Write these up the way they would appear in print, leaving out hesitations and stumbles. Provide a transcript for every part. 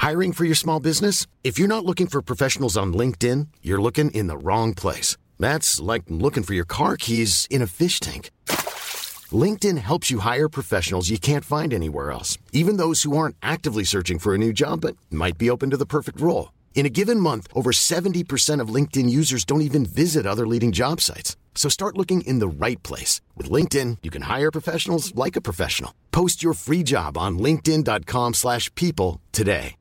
Hiring for your small business? If you're not looking for professionals on LinkedIn, you're looking in the wrong place. That's like looking for your car keys in a fish tank. LinkedIn helps you hire professionals you can't find anywhere else, even those who aren't actively searching for a new job but might be open to the perfect role. In a given month, over 70% of LinkedIn users don't even visit other leading job sites. So start looking in the right place. With LinkedIn, you can hire professionals like a professional. Post your free job on linkedin.com/people today.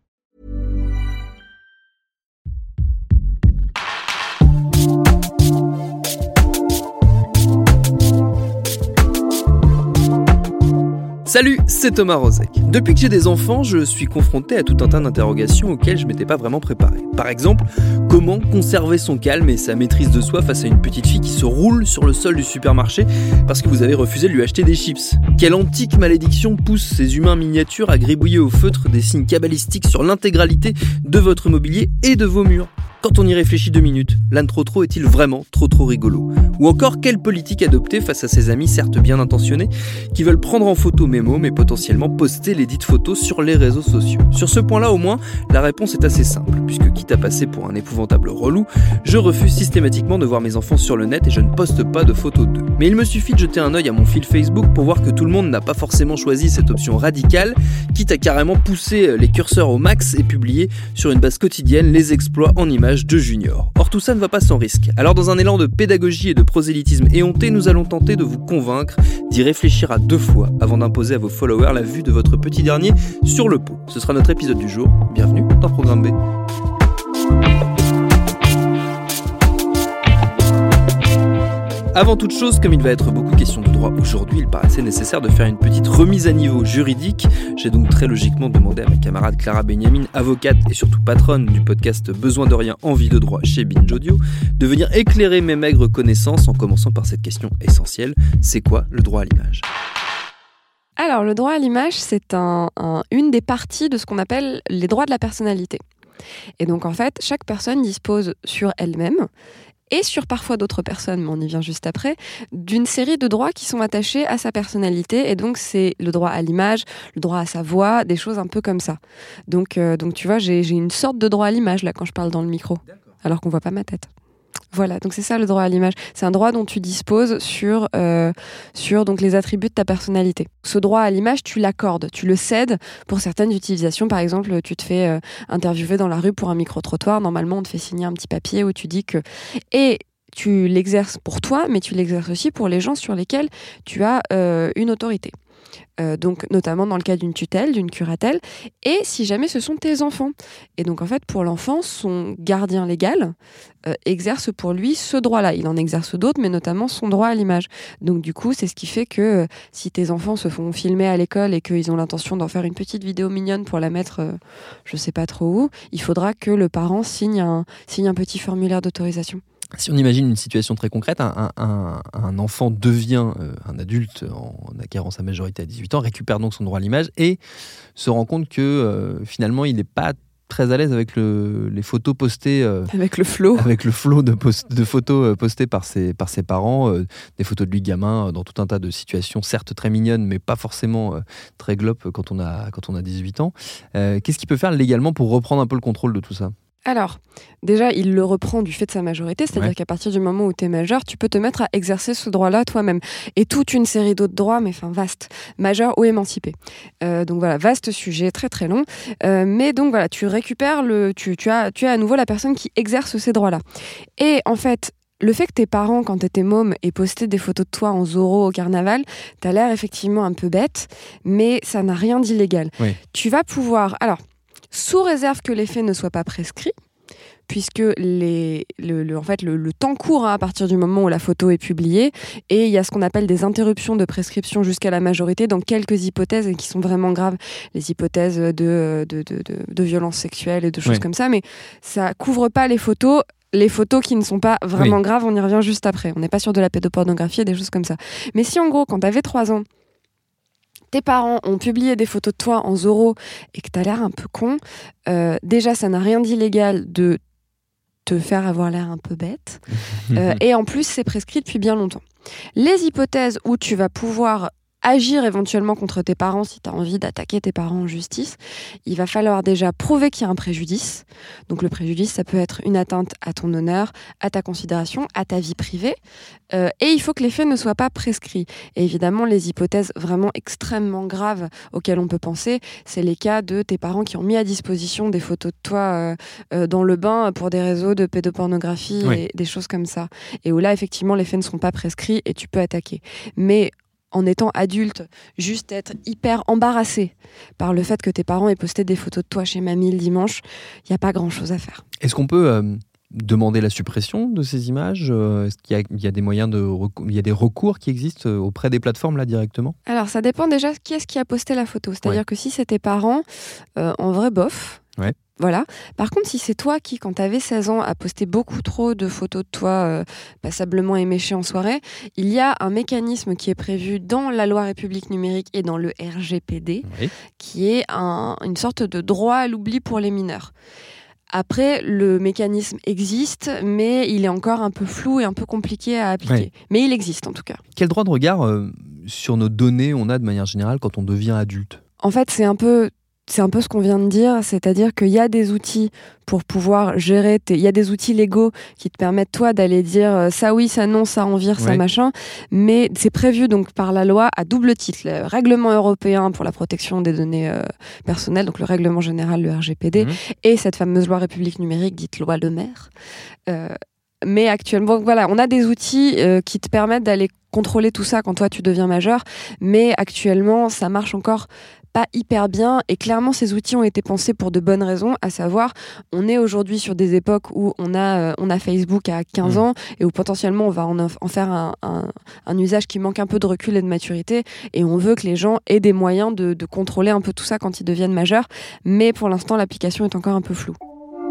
Salut, c'est Thomas Rozek. Depuis que j'ai des enfants, je suis confronté à tout un tas d'interrogations auxquelles je m'étais pas vraiment préparé. Par exemple, comment conserver son calme et sa maîtrise de soi face à une petite fille qui se roule sur le sol du supermarché parce que vous avez refusé de lui acheter des chips? Quelle antique malédiction pousse ces humains miniatures à gribouiller au feutre des signes cabalistiques sur l'intégralité de votre mobilier et de vos murs? Quand on y réfléchit 2 minutes, l'âne trop est-il vraiment trop rigolo? Ou encore, quelle politique adopter face à ses amis certes bien intentionnés qui veulent prendre en photo mes mots mais potentiellement poster les dites photos sur les réseaux sociaux? Sur ce point-là au moins, la réponse est assez simple, puisque quitte à passer pour un épouvantable relou, je refuse systématiquement de voir mes enfants sur le net et je ne poste pas de photos d'eux. Mais il me suffit de jeter un œil à mon fil Facebook pour voir que tout le monde n'a pas forcément choisi cette option radicale, quitte à carrément pousser les curseurs au max et publier sur une base quotidienne les exploits en images de Junior. Or tout ça ne va pas sans risque. Alors dans un élan de pédagogie et de prosélytisme éhonté, nous allons tenter de vous convaincre d'y réfléchir à 2 fois avant d'imposer à vos followers la vue de votre petit dernier sur le pot. Ce sera notre épisode du jour. Bienvenue dans Programme B. Avant toute chose, comme il va être beaucoup question de droit aujourd'hui, il paraissait nécessaire de faire une petite remise à niveau juridique. J'ai donc très logiquement demandé à ma camarade Clara Benyamin, avocate et surtout patronne du podcast Besoin de rien, envie de droit chez Binge Audio, de venir éclairer mes maigres connaissances en commençant par cette question essentielle. C'est quoi le droit à l'image ? Alors, le droit à l'image, c'est une des parties de ce qu'on appelle les droits de la personnalité. Et donc, en fait, chaque personne dispose sur elle-même et sur parfois d'autres personnes, mais on y vient juste après, d'une série de droits qui sont attachés à sa personnalité. Et donc, c'est le droit à l'image, le droit à sa voix, des choses un peu comme ça. Donc tu vois, j'ai une sorte de droit à l'image, là, quand je parle dans le micro, alors qu'on voit pas ma tête. Voilà, donc c'est ça le droit à l'image. C'est un droit dont tu disposes sur donc les attributs de ta personnalité. Ce droit à l'image, tu l'accordes, tu le cèdes pour certaines utilisations. Par exemple, tu te fais interviewer dans la rue pour un micro-trottoir. Normalement, on te fait signer un petit papier où tu dis que... Et tu l'exerces pour toi, mais tu l'exerces aussi pour les gens sur lesquels tu as une autorité. Donc notamment dans le cas d'une tutelle, d'une curatelle, et si jamais ce sont tes enfants. Et donc en fait pour l'enfant, son gardien légal exerce pour lui ce droit-là. Il en exerce d'autres, mais notamment son droit à l'image. Donc du coup, c'est ce qui fait que si tes enfants se font filmer à l'école et qu'ils ont l'intention d'en faire une petite vidéo mignonne pour la mettre je sais pas trop où, il faudra que le parent signe un petit formulaire d'autorisation. Si on imagine une situation très concrète, un enfant devient un adulte en acquérant sa majorité à 18 ans, récupère donc son droit à l'image et se rend compte que finalement il n'est pas très à l'aise avec les photos postées. Avec le flot. Avec le flot de photos postées par ses parents, des photos de lui gamin dans tout un tas de situations, certes très mignonnes, mais pas forcément très glopes quand on a 18 ans. Qu'est-ce qu'il peut faire légalement pour reprendre un peu le contrôle de tout ça ? Alors, déjà, il le reprend du fait de sa majorité, c'est-à-dire qu'à partir du moment où tu es majeur, tu peux te mettre à exercer ce droit-là toi-même. Et toute une série d'autres droits, mais enfin vaste, majeur ou émancipé. Donc voilà, vaste sujet, très très long. Mais donc voilà, tu récupères tu es à nouveau la personne qui exerce ces droits-là. Et en fait, le fait que tes parents, quand t'étais môme, aient posté des photos de toi en Zorro au carnaval, t'as l'air effectivement un peu bête, mais ça n'a rien d'illégal. Oui. Tu vas pouvoir... Alors, sous réserve que les faits ne soient pas prescrits, puisque le temps court à partir du moment où la photo est publiée, et il y a ce qu'on appelle des interruptions de prescription jusqu'à la majorité dans quelques hypothèses et qui sont vraiment graves, les hypothèses de violences sexuelles et de choses comme ça, mais ça couvre pas les photos qui ne sont pas vraiment graves, on y revient juste après. On n'est pas sur de la pédopornographie et des choses comme ça. Mais si en gros, quand t'avais 3 ans, tes parents ont publié des photos de toi en Zorro et que t'as l'air un peu con, déjà ça n'a rien d'illégal de te faire avoir l'air un peu bête. Et en plus, c'est prescrit depuis bien longtemps. Les hypothèses où tu vas pouvoir agir éventuellement contre tes parents, si tu as envie d'attaquer tes parents en justice, il va falloir déjà prouver qu'il y a un préjudice. Donc le préjudice, ça peut être une atteinte à ton honneur, à ta considération, à ta vie privée. Et il faut que les faits ne soient pas prescrits. Et évidemment, les hypothèses vraiment extrêmement graves auxquelles on peut penser, c'est les cas de tes parents qui ont mis à disposition des photos de toi dans le bain pour des réseaux de pédopornographie et des choses comme ça. Et où là, effectivement, les faits ne seront pas prescrits et tu peux attaquer. Mais en étant adulte, juste être hyper embarrassé par le fait que tes parents aient posté des photos de toi chez mamie le dimanche, il n'y a pas grand-chose à faire. Est-ce qu'on peut demander la suppression de ces images ? Est-ce qu'il y a des moyens il y a des recours qui existent auprès des plateformes là directement ? Alors ça dépend déjà qui est-ce qui a posté la photo. C'est-à-dire que si c'est tes parents, en vrai bof. Ouais. Voilà. Par contre, si c'est toi qui, quand tu avais 16 ans, a posté beaucoup trop de photos de toi passablement éméchées en soirée, il y a un mécanisme qui est prévu dans la loi République numérique et dans le RGPD, qui est une sorte de droit à l'oubli pour les mineurs. Après, le mécanisme existe, mais il est encore un peu flou et un peu compliqué à appliquer. Ouais. Mais il existe en tout cas. Quel droit de regard sur nos données on a de manière générale quand on devient adulte ? En fait, c'est un peu ce qu'on vient de dire, c'est-à-dire qu'il y a des outils pour pouvoir gérer, il y a des outils légaux qui te permettent toi d'aller dire ça oui, ça non, ça on vire, ça machin, mais c'est prévu donc par la loi à double titre, le règlement européen pour la protection des données personnelles, donc le règlement général, le RGPD, et cette fameuse loi République numérique dite loi Le Maire. Mais actuellement, voilà, on a des outils qui te permettent d'aller contrôler tout ça quand toi tu deviens majeur, mais actuellement ça marche encore pas hyper bien, et clairement ces outils ont été pensés pour de bonnes raisons, à savoir on est aujourd'hui sur des époques où on a Facebook à 15 ans et où potentiellement on va en faire un usage qui manque un peu de recul et de maturité, et on veut que les gens aient des moyens de contrôler un peu tout ça quand ils deviennent majeurs, mais pour l'instant l'application est encore un peu floue.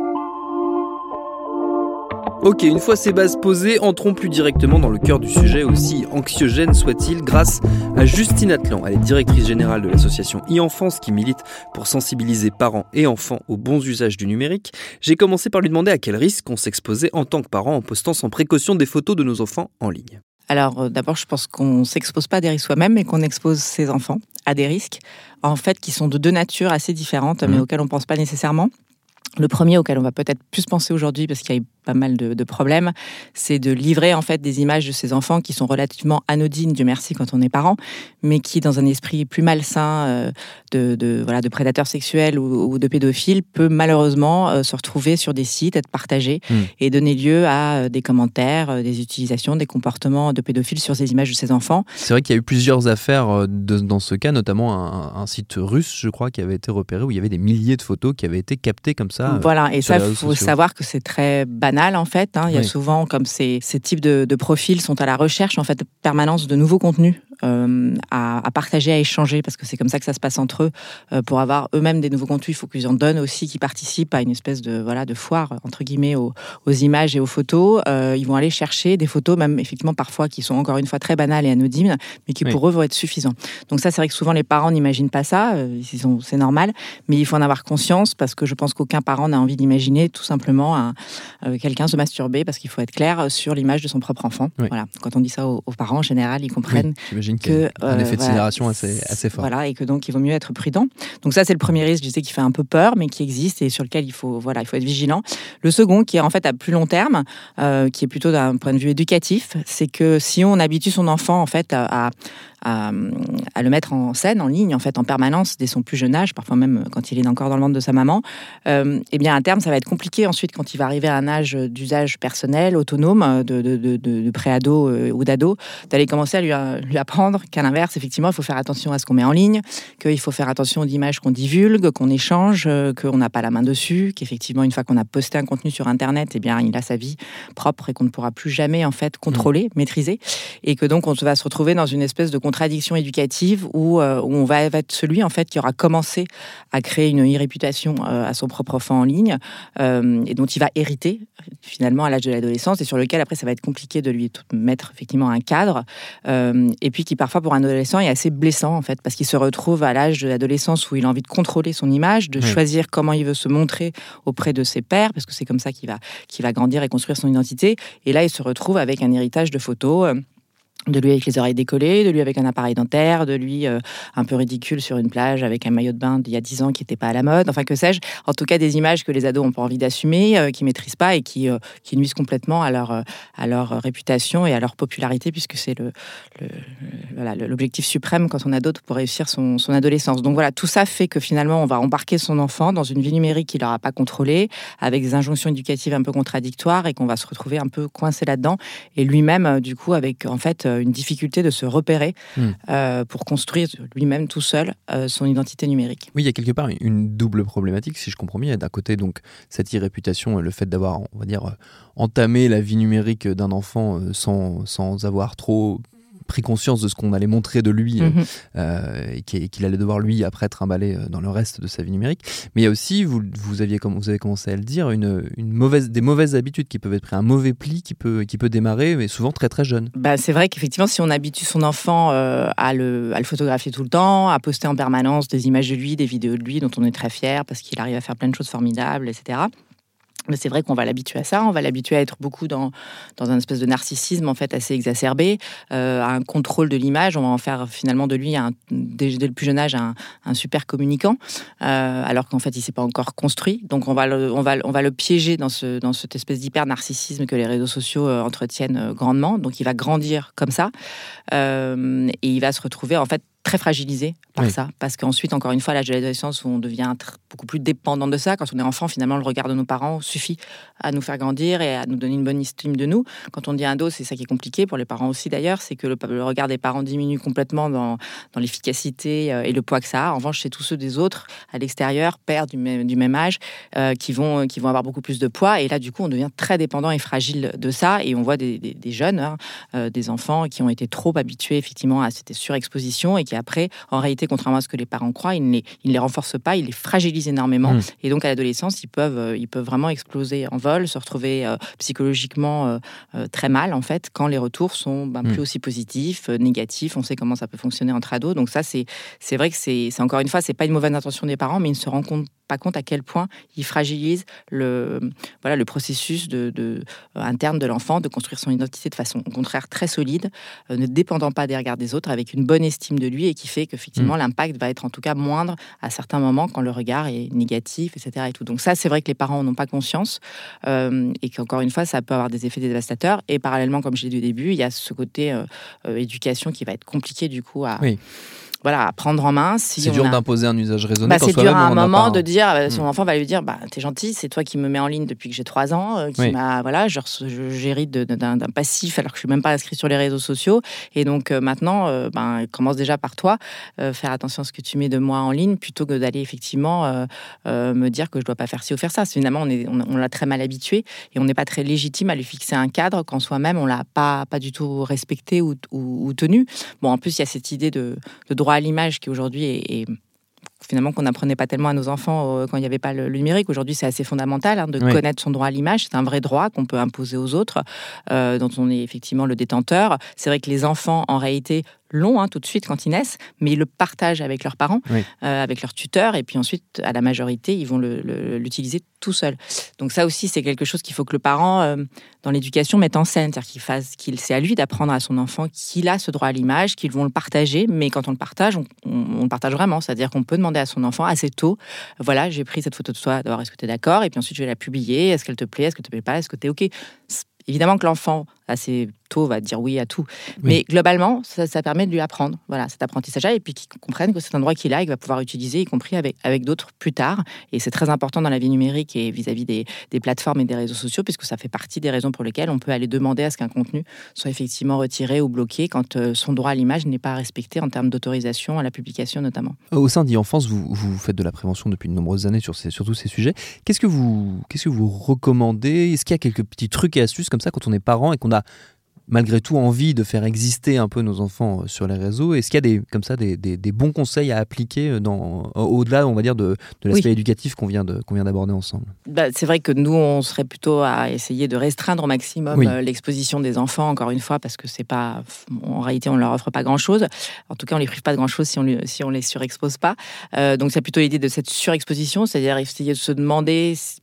Ok, une fois ces bases posées, entrons plus directement dans le cœur du sujet, aussi anxiogène soit-il, grâce à Justine Atlan. Elle est directrice générale de l'association e-Enfance qui milite pour sensibiliser parents et enfants aux bons usages du numérique. J'ai commencé par lui demander à quel risque on s'exposait en tant que parent en postant sans précaution des photos de nos enfants en ligne. Alors d'abord, je pense qu'on ne s'expose pas à des risques soi-même, mais qu'on expose ses enfants à des risques, en fait, qui sont de deux natures assez différentes, mais auxquelles on ne pense pas nécessairement. Le premier auquel on va peut-être plus penser aujourd'hui, parce qu'il y a eu pas mal de problèmes, c'est de livrer en fait des images de ces enfants qui sont relativement anodines, Dieu merci, quand on est parent, mais qui, dans un esprit plus malsain de prédateurs sexuels ou de pédophiles, peut malheureusement se retrouver sur des sites, être partagé et donner lieu à des commentaires, des utilisations, des comportements de pédophiles sur ces images de ces enfants. C'est vrai qu'il y a eu plusieurs affaires dans ce cas, notamment un site russe, je crois, qui avait été repéré, où il y avait des milliers de photos qui avaient été captées comme ça. Voilà, et ça, il faut savoir que c'est très banal en fait. Il y a souvent, comme ces types de profils sont à la recherche en fait permanence de nouveaux contenus à partager, à échanger, parce que c'est comme ça que ça se passe entre eux. Pour avoir eux-mêmes des nouveaux contenus, il faut qu'ils en donnent aussi, qu'ils participent à une espèce de foire entre guillemets aux images et aux photos. Ils vont aller chercher des photos, même effectivement parfois qui sont encore une fois très banales et anodines, mais qui pour eux vont être suffisants. Donc ça, c'est vrai que souvent les parents n'imaginent pas ça, c'est normal, mais il faut en avoir conscience, parce que je pense qu'aucun parent n'a envie d'imaginer tout simplement quelqu'un se masturber, parce qu'il faut être clair sur l'image de son propre enfant. Voilà. Quand on dit ça aux parents, en général, ils comprennent qu'il y a un effet de sidération assez fort. Voilà, et que donc il vaut mieux être prudent. Donc ça, c'est le premier risque, je sais, qui fait un peu peur, mais qui existe et sur lequel il faut être vigilant. Le second, qui est en fait à plus long terme, qui est plutôt d'un point de vue éducatif, c'est que si on habitue son enfant en fait à le mettre en scène, en ligne, en fait, en permanence, dès son plus jeune âge, parfois même quand il est encore dans le ventre de sa maman, eh bien, à terme, ça va être compliqué ensuite, quand il va arriver à un âge d'usage personnel, autonome, de pré-ado ou d'ado, d'aller commencer à lui apprendre qu'à l'inverse, effectivement, il faut faire attention à ce qu'on met en ligne, qu'il faut faire attention aux images qu'on divulgue, qu'on échange, qu'on n'a pas la main dessus, qu'effectivement, une fois qu'on a posté un contenu sur Internet, eh bien, il a sa vie propre et qu'on ne pourra plus jamais, en fait, contrôler, maîtriser, et que donc, on va se retrouver dans une espèce de contradiction éducative où on va être celui en fait qui aura commencé à créer une e-réputation à son propre enfant en ligne et dont il va hériter finalement à l'âge de l'adolescence, et sur lequel après ça va être compliqué de lui mettre effectivement un cadre et puis qui parfois pour un adolescent est assez blessant en fait, parce qu'il se retrouve à l'âge de l'adolescence où il a envie de contrôler son image, de choisir comment il veut se montrer auprès de ses pairs, parce que c'est comme ça qu'il va grandir et construire son identité, et là il se retrouve avec un héritage de photos de lui avec les oreilles décollées, de lui avec un appareil dentaire, de lui un peu ridicule sur une plage avec un maillot de bain d'il y a 10 ans qui n'était pas à la mode, enfin que sais-je. En tout cas, des images que les ados n'ont pas envie d'assumer, qui ne maîtrisent pas et qui nuisent complètement à leur réputation et à leur popularité, puisque c'est l'objectif suprême quand on a d'autres pour réussir son adolescence. Donc voilà, tout ça fait que finalement, on va embarquer son enfant dans une vie numérique qu'il n'aura pas contrôlée, avec des injonctions éducatives un peu contradictoires et qu'on va se retrouver un peu coincé là-dedans. Et lui-même, du coup, avec en fait une difficulté de se repérer pour construire lui-même tout seul son identité numérique. Oui, il y a quelque part une double problématique, si je comprends bien. Il y a d'un côté donc cette irréputation, le fait d'avoir, on va dire, entamé la vie numérique d'un enfant sans avoir trop pris conscience de ce qu'on allait montrer de lui et qu'il allait devoir lui après trimballer dans le reste de sa vie numérique. Mais il y a aussi, vous avez commencé à le dire, des mauvaises habitudes qui peuvent être prises, un mauvais pli qui peut démarrer, mais souvent très très jeune. C'est vrai qu'effectivement, si on habitue son enfant à le photographier tout le temps, à poster en permanence des images de lui, des vidéos de lui dont on est très fier parce qu'il arrive à faire plein de choses formidables, etc. Mais c'est vrai qu'on va l'habituer à ça, on va l'habituer à être beaucoup dans un espèce de narcissisme en fait assez exacerbé, à un contrôle de l'image. On va en faire finalement de lui, dès le plus jeune âge, un super communicant, alors qu'en fait il s'est pas encore construit. Donc on va le piéger dans cette espèce d'hyper narcissisme que les réseaux sociaux entretiennent grandement. Donc il va grandir comme ça et il va se retrouver en fait très fragilisé par ça, parce qu'ensuite, encore une fois, à l'âge de l'adolescence, où on devient beaucoup plus dépendant de ça. Quand on est enfant, finalement, le regard de nos parents suffit à nous faire grandir et à nous donner une bonne estime de nous. Quand on dit ado, c'est ça qui est compliqué, pour les parents aussi d'ailleurs, c'est que le regard des parents diminue complètement dans l'efficacité et le poids que ça a. En revanche, c'est tous ceux des autres, à l'extérieur, pères du même âge, qui vont avoir beaucoup plus de poids. Et là, du coup, on devient très dépendant et fragile de ça. Et on voit des jeunes, des enfants qui ont été trop habitués, effectivement, à cette surexposition et qui après, en réalité, contrairement à ce que les parents croient, ils ne les renforcent pas, ils les fragilisent énormément. Et donc, à l'adolescence, ils peuvent vraiment exploser en vol, se retrouver psychologiquement très mal, en fait, quand les retours sont plus aussi positifs, négatifs. On sait comment ça peut fonctionner entre ados. Donc ça, c'est vrai que c'est encore une fois, c'est pas une mauvaise intention des parents, mais ils ne se rendent pas compte à quel point ils fragilisent le processus interne de l'enfant de construire son identité de façon, au contraire, très solide, ne dépendant pas des regards des autres, avec une bonne estime de lui et qui fait qu'effectivement, l'impact va être en tout cas moindre à certains moments quand le regard est négatif, etc. Et tout. Donc ça, c'est vrai que les parents n'ont pas conscience et qu'encore une fois, ça peut avoir des effets dévastateurs. Et parallèlement, comme je l'ai dit au début, il y a ce côté éducation qui va être compliqué du coup à prendre en main. C'est dur d'imposer un usage raisonné. C'est dur à un moment de dire, son enfant va lui dire, t'es gentil, c'est toi qui me mets en ligne depuis que j'ai 3 ans, j'hérite d'un passif alors que je suis même pas inscrit sur les réseaux sociaux. Et donc maintenant, commence déjà par toi, faire attention à ce que tu mets de moi en ligne, plutôt que d'aller effectivement me dire que je dois pas faire ci ou faire ça. Finalement, on l'a très mal habitué et on n'est pas très légitime à lui fixer un cadre quand soi-même on l'a pas du tout respecté ou tenu. Bon, en plus, il y a cette idée de droit à l'image qui aujourd'hui est finalement qu'on n'apprenait pas tellement à nos enfants quand il n'y avait pas le numérique. Aujourd'hui, c'est assez fondamental de connaître son droit à l'image. C'est un vrai droit qu'on peut imposer aux autres, dont on est effectivement le détenteur. C'est vrai que les enfants, en réalité, l'ont tout de suite quand ils naissent, mais ils le partagent avec leurs parents, avec leurs tuteurs, et puis ensuite, à la majorité, ils vont l'utiliser tout seul. Donc ça aussi, c'est quelque chose qu'il faut que le parent, dans l'éducation, mette en scène. C'est-à-dire c'est à lui d'apprendre à son enfant qu'il a ce droit à l'image, qu'ils vont le partager, mais quand on le partage, on le partage vraiment. C'est-à-dire qu'on peut demander à son enfant assez tôt, voilà, j'ai pris cette photo de toi, d'abord, est-ce que tu es d'accord ? Et puis ensuite, je vais la publier, est-ce qu'elle te plaît, est-ce que te plaît pas, est-ce que tu es OK ? Évidemment que l'enfant, assez tôt, va dire oui à tout. Mais globalement, ça permet de lui apprendre cet apprentissage-là, et puis qu'il comprenne que c'est un droit qu'il a et qu'il va pouvoir utiliser, y compris avec d'autres plus tard. Et c'est très important dans la vie numérique et vis-à-vis des plateformes et des réseaux sociaux, puisque ça fait partie des raisons pour lesquelles on peut aller demander à ce qu'un contenu soit effectivement retiré ou bloqué quand son droit à l'image n'est pas respecté en termes d'autorisation à la publication notamment. Au sein d'e-enfance, vous faites de la prévention depuis de nombreuses années sur tous ces sujets. Qu'est-ce que vous recommandez ? Est-ce qu'il y a quelques petits trucs et astuces comme ça quand on est parent et qu'on a malgré tout envie de faire exister un peu nos enfants sur les réseaux? Est-ce qu'il y a des bons conseils à appliquer au-delà, on va dire, de l'aspect éducatif qu'on vient d'aborder ensemble? C'est vrai que nous, on serait plutôt à essayer de restreindre au maximum l'exposition des enfants, encore une fois, parce que c'est pas, en réalité, on leur offre pas grand-chose. En tout cas, on les prive pas de grand-chose si on les surexpose pas. Donc, c'est plutôt l'idée de cette surexposition, c'est-à-dire essayer de se demander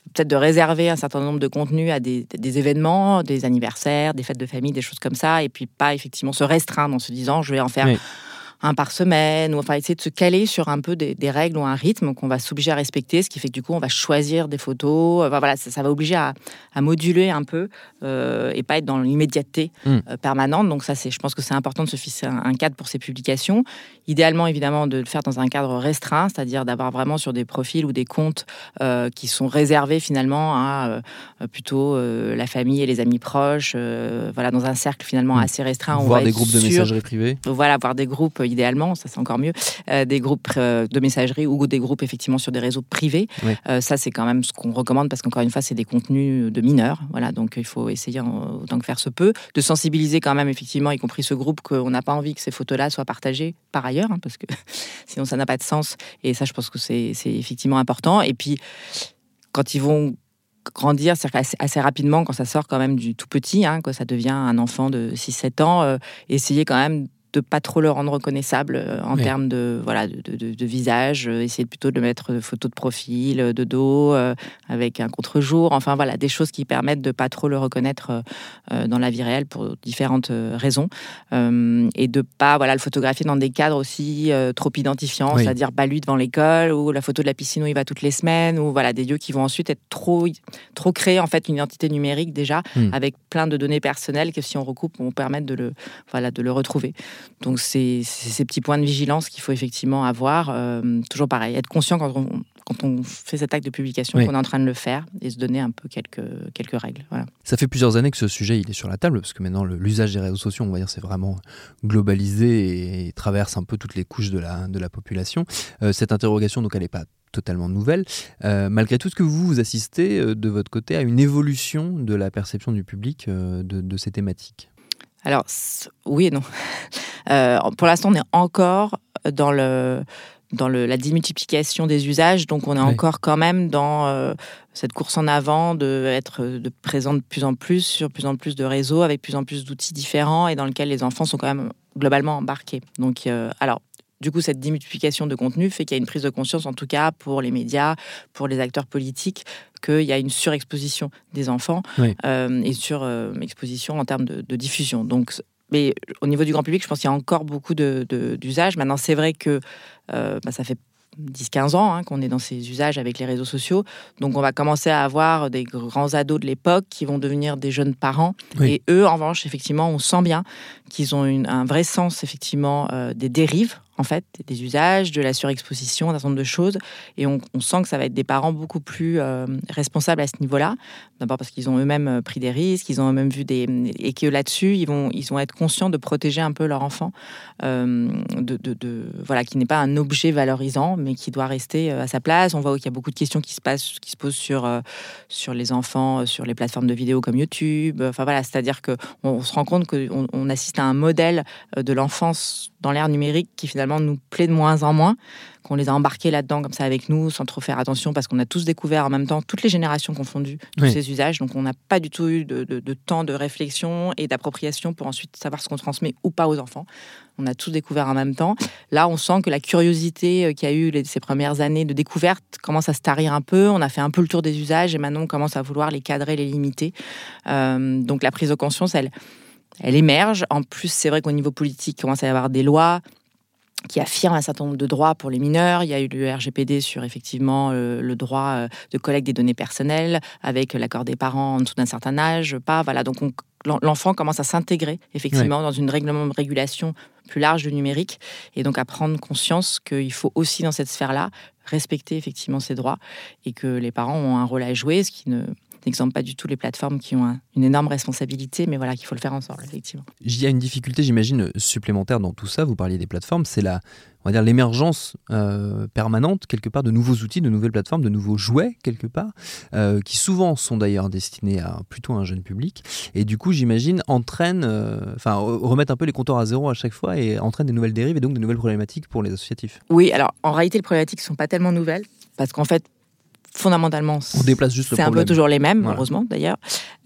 peut-être de réserver un certain nombre de contenus à des événements, des anniversaires, des fêtes de famille, des choses comme ça, et puis pas effectivement se restreindre en se disant je vais en faire un par semaine, ou enfin essayer de se caler sur un peu des règles ou un rythme qu'on va s'obliger à respecter, ce qui fait que du coup on va choisir des photos, voilà, ça va obliger à moduler un peu et pas être dans l'immédiateté permanente. Donc ça, je pense que c'est important de se fixer un cadre pour ces publications. Idéalement, évidemment, de le faire dans un cadre restreint, c'est-à-dire d'avoir vraiment sur des profils ou des comptes qui sont réservés finalement à plutôt la famille et les amis proches, voilà, dans un cercle finalement assez restreint. Voir des groupes de messagerie privée. Voilà, voir des groupes idéalement, ça c'est encore mieux, des groupes de messagerie ou des groupes effectivement sur des réseaux privés. Oui. Ça c'est quand même ce qu'on recommande parce qu'encore une fois c'est des contenus de mineurs, voilà, donc il faut essayer autant que faire se peut de sensibiliser quand même effectivement, y compris ce groupe, qu'on n'a pas envie que ces photos-là soient partagées par ailleurs, parce que sinon ça n'a pas de sens, et ça je pense que c'est effectivement important. Et puis quand ils vont grandir, c'est-à-dire assez rapidement, quand ça sort quand même du tout petit, quand ça devient un enfant de 6-7 ans, essayer quand même de pas trop le rendre reconnaissable en termes de visage, essayer plutôt de le mettre photo de profil, de dos, avec un contre-jour, enfin voilà, des choses qui permettent de pas trop le reconnaître dans la vie réelle pour différentes raisons, et de pas le photographier dans des cadres aussi trop identifiants, c'est-à-dire lui devant l'école, ou la photo de la piscine où il va toutes les semaines, ou voilà, des lieux qui vont ensuite être trop créer en fait une identité numérique déjà, avec plein de données personnelles que si on recoupe vont permettre de le retrouver. Donc c'est ces petits points de vigilance qu'il faut effectivement avoir. Toujours pareil, être conscient quand on fait cet acte de publication qu'on est en train de le faire, et se donner un peu quelques règles. Voilà. Ça fait plusieurs années que ce sujet il est sur la table, parce que maintenant l'usage des réseaux sociaux, on va dire, c'est vraiment globalisé et traverse un peu toutes les couches de la population. Cette interrogation, donc, elle n'est pas totalement nouvelle. Malgré tout, est-ce que vous assistez de votre côté à une évolution de la perception du public de ces thématiques ? Alors, oui et non. Pour l'instant, on est encore dans la démultiplication des usages, donc on est encore quand même dans cette course en avant de présent de plus en plus sur plus en plus de réseaux, avec plus en plus d'outils différents, et dans lequel les enfants sont quand même globalement embarqués. Donc, alors, du coup, cette démultiplication de contenu fait qu'il y a une prise de conscience, en tout cas pour les médias, pour les acteurs politiques, qu'il y a une surexposition des enfants et surexposition en termes de diffusion. Donc, mais au niveau du grand public, je pense qu'il y a encore beaucoup d'usages. Maintenant, c'est vrai que ça fait 10-15 ans qu'on est dans ces usages avec les réseaux sociaux. Donc, on va commencer à avoir des grands ados de l'époque qui vont devenir des jeunes parents. Oui. Et eux, en revanche, effectivement, on sent bien qu'ils ont un vrai sens, effectivement, des dérives, en fait, des usages, de la surexposition, d'un certain nombre de choses. Et on sent que ça va être des parents beaucoup plus responsables à ce niveau-là. D'abord parce qu'ils ont eux-mêmes pris des risques, ils ont eux-mêmes vu et que là-dessus, ils vont être conscients de protéger un peu leur enfant, voilà, qui n'est pas un objet valorisant, mais qui doit rester à sa place. On voit qu'il y a beaucoup de questions qui se posent sur les enfants, sur les plateformes de vidéos comme YouTube. Enfin voilà, c'est-à-dire qu'on se rend compte qu'on assiste à un modèle de l'enfance dans l'ère numérique qui finalement nous plaît de moins en moins, qu'on les a embarqués là-dedans comme ça avec nous, sans trop faire attention, parce qu'on a tous découvert en même temps, toutes les générations confondues, tous ces usages. Donc on n'a pas du tout eu de temps de réflexion et d'appropriation pour ensuite savoir ce qu'on transmet ou pas aux enfants. On a tous découvert en même temps. Là, on sent que la curiosité qu'il y a eu ces premières années de découverte commence à se tarir un peu. On a fait un peu le tour des usages et maintenant on commence à vouloir les cadrer, les limiter. Donc la prise de conscience, elle émerge. En plus, c'est vrai qu'au niveau politique, il commence à y avoir des lois qui affirment un certain nombre de droits pour les mineurs. Il y a eu le RGPD sur effectivement le droit de collecte des données personnelles, avec l'accord des parents en dessous d'un certain âge. Voilà, donc l'enfant commence à s'intégrer effectivement dans une régulation plus large du numérique, et donc à prendre conscience qu'il faut aussi dans cette sphère-là respecter effectivement ses droits, et que les parents ont un rôle à jouer, ce qui n'exemple pas du tout les plateformes qui ont une énorme responsabilité, mais voilà, qu'il faut le faire ensemble, effectivement. Il y a une difficulté, j'imagine, supplémentaire dans tout ça. Vous parliez des plateformes, c'est on va dire, l'émergence permanente, quelque part, de nouveaux outils, de nouvelles plateformes, de nouveaux jouets, quelque part, qui souvent sont d'ailleurs destinés à plutôt un jeune public, et du coup, j'imagine, remettent un peu les compteurs à zéro à chaque fois, et entraînent des nouvelles dérives, et donc de nouvelles problématiques pour les associatifs. Oui, alors, en réalité, les problématiques ne sont pas tellement nouvelles, parce qu'en fait, fondamentalement, on déplace juste le c'est problème. Un peu toujours les mêmes, heureusement d'ailleurs.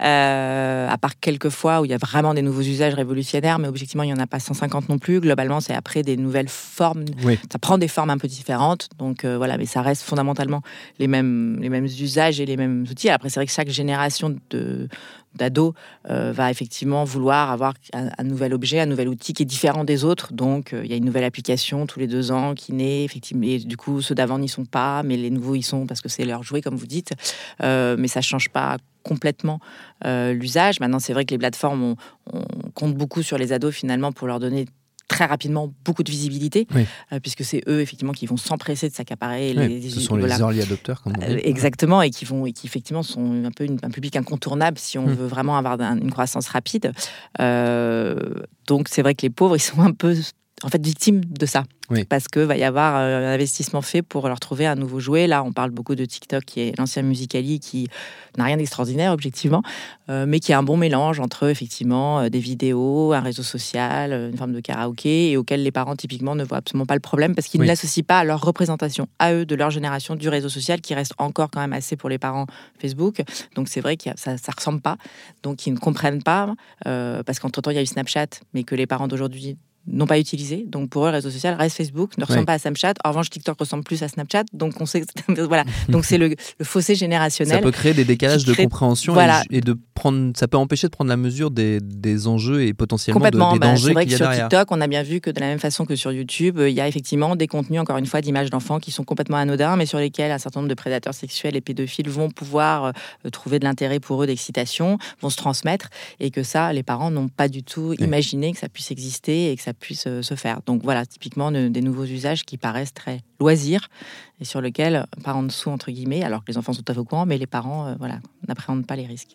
à part quelques fois où il y a vraiment des nouveaux usages révolutionnaires, mais objectivement, il n'y en a pas 150 non plus. Globalement, c'est après des nouvelles formes. Oui. Ça prend des formes un peu différentes. Donc voilà, mais ça reste fondamentalement les mêmes usages et les mêmes outils. Après, c'est vrai que chaque génération d'ados va effectivement vouloir avoir un nouvel objet, un nouvel outil qui est différent des autres. Donc, il y a une nouvelle application tous les 2 ans qui naît, effectivement. Et du coup, ceux d'avant n'y sont pas, mais les nouveaux y sont parce que c'est leur jouet, comme vous dites. Mais ça ne change pas complètement l'usage. Maintenant, c'est vrai que les plateformes, on compte beaucoup sur les ados, finalement, pour leur donner très rapidement beaucoup de visibilité, oui. Puisque c'est eux effectivement qui vont s'empresser de s'accaparer. Ce sont les early adopters, comme on dit. Exactement, et qui effectivement sont un peu un public incontournable si on veut vraiment avoir une croissance rapide. Donc c'est vrai que les pauvres, ils sont un peu en fait victimes de ça. Oui. Parce qu'il va y avoir un investissement fait pour leur trouver un nouveau jouet. Là, on parle beaucoup de TikTok, qui est l'ancien Musical.ly, qui n'a rien d'extraordinaire, objectivement, mais qui a un bon mélange entre, effectivement, des vidéos, un réseau social, une forme de karaoké, et auquel les parents, typiquement, ne voient absolument pas le problème, parce qu'ils ne l'associent pas à leur représentation, à eux, de leur génération, du réseau social, qui reste encore quand même assez pour les parents Facebook. Donc, c'est vrai que ça ne ressemble pas. Donc, ils ne comprennent pas, parce qu'entre-temps, il y a eu Snapchat, mais que les parents d'aujourd'hui n'ont pas utilisé. Donc pour eux, le réseau social reste Facebook, ne ressemble pas à Snapchat. En revanche, TikTok ressemble plus à Snapchat. Donc on sait que voilà. Donc c'est le fossé générationnel. Ça peut créer des décalages de compréhension et de prendre. Ça peut empêcher de prendre la mesure des enjeux et potentiellement des dangers c'est vrai qu'il y a que sur derrière. TikTok, on a bien vu que de la même façon que sur YouTube, il y a effectivement des contenus, encore une fois, d'images d'enfants qui sont complètement anodins, mais sur lesquels un certain nombre de prédateurs sexuels et pédophiles vont pouvoir trouver de l'intérêt pour eux, d'excitation, vont se transmettre, et que ça, les parents n'ont pas du tout imaginé que ça puisse exister et que ça puisse se faire. Donc voilà, typiquement des nouveaux usages qui paraissent très loisirs et sur lesquels, pas en dessous, entre guillemets, alors que les enfants sont tout à fait au courant, mais les parents n'appréhendent pas les risques.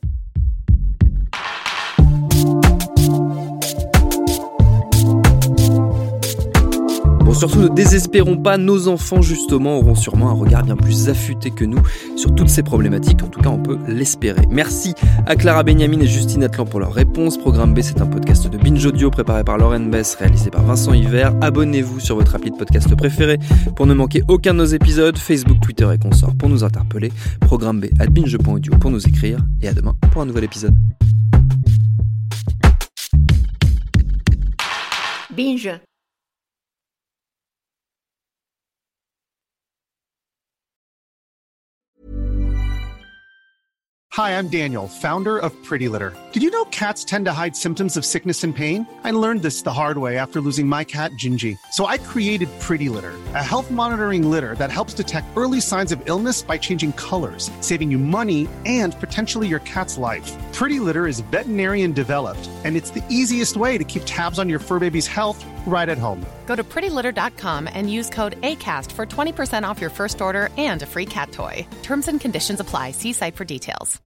Bon, surtout ne désespérons pas, nos enfants justement auront sûrement un regard bien plus affûté que nous sur toutes ces problématiques, en tout cas on peut l'espérer. Merci à Clara Benyamin et Justine Atlan pour leurs réponses. Programme B, c'est un podcast de Binge Audio préparé par Lauren Bess, réalisé par Vincent Hiver. Abonnez-vous sur votre appli de podcast préféré pour ne manquer aucun de nos épisodes, Facebook, Twitter et consorts pour nous interpeller, Programme B @binge.audio pour nous écrire, et à demain pour un nouvel épisode. Binge. Hi, I'm Daniel, founder of Pretty Litter. Did you know cats tend to hide symptoms of sickness and pain? I learned this the hard way after losing my cat, Gingy. So I created Pretty Litter, a health monitoring litter that helps detect early signs of illness by changing colors, saving you money and potentially your cat's life. Pretty Litter is veterinarian developed, and it's the easiest way to keep tabs on your fur baby's health right at home. Go to prettylitter.com and use code ACAST for 20% off your first order and a free cat toy. Terms and conditions apply. See site for details.